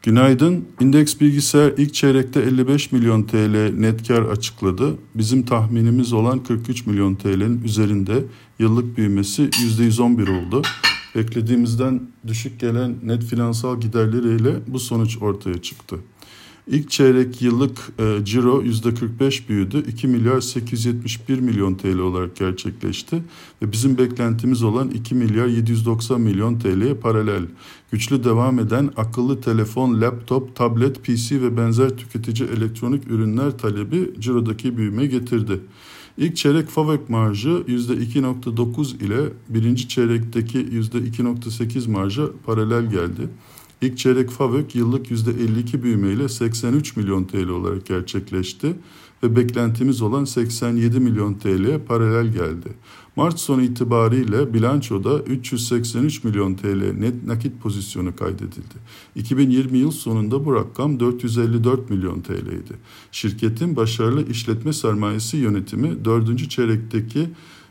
Günaydın. İndeks Bilgisayar ilk çeyrekte 55 milyon TL net kar açıkladı. Bizim tahminimiz olan 43 milyon TL'nin üzerinde, yıllık büyümesi %111 oldu. Beklediğimizden düşük gelen net finansal giderleriyle bu sonuç ortaya çıktı. İlk çeyrek yıllık ciro %45 büyüdü. 2 milyar 871 milyon TL olarak gerçekleşti. Ve bizim beklentimiz olan 2 milyar 790 milyon TL'ye paralel. Güçlü devam eden akıllı telefon, laptop, tablet, PC ve benzer tüketici elektronik ürünler talebi cirodaki büyüme getirdi. İlk çeyrek FAVÖK marjı %2.9 ile birinci çeyrekteki %2.8 marja paralel geldi. İlk çeyrek FAVÖK yıllık %52 büyümeyle 83 milyon TL olarak gerçekleşti ve beklentimiz olan 87 milyon TL'ye paralel geldi. Mart sonu itibariyle bilançoda 383 milyon TL net nakit pozisyonu kaydedildi. 2020 yıl sonunda bu rakam 454 milyon TL'ydi. Şirketin başarılı işletme sermayesi yönetimi 4. çeyrekteki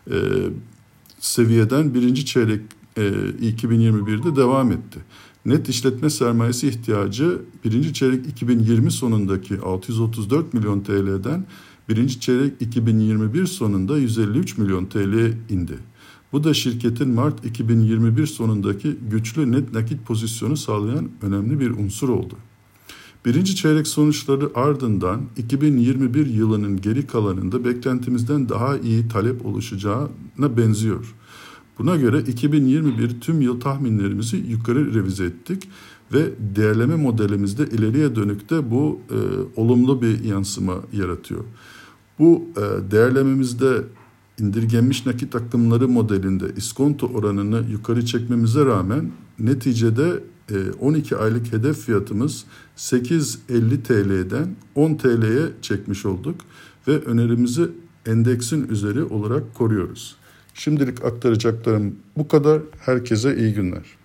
seviyeden 1. çeyrek 2021'de devam etti. Net işletme sermayesi ihtiyacı 1. çeyrek 2020 sonundaki 634 milyon TL'den 1. çeyrek 2021 sonunda 153 milyon TL'ye indi. Bu da şirketin Mart 2021 sonundaki güçlü net nakit pozisyonu sağlayan önemli bir unsur oldu. 1. çeyrek sonuçları ardından 2021 yılının geri kalanında beklentimizden daha iyi talep oluşacağına benziyor. Buna göre 2021 tüm yıl tahminlerimizi yukarı revize ettik ve değerleme modelimizde ileriye dönük de bu olumlu bir yansıma yaratıyor. Bu değerlememizde indirgenmiş nakit akımları modelinde iskonto oranını yukarı çekmemize rağmen neticede 12 aylık hedef fiyatımız 8.50 TL'den 10 TL'ye çekmiş olduk ve önerimizi endeksin üzeri olarak koruyoruz. Şimdilik aktaracaklarım bu kadar. Herkese iyi günler.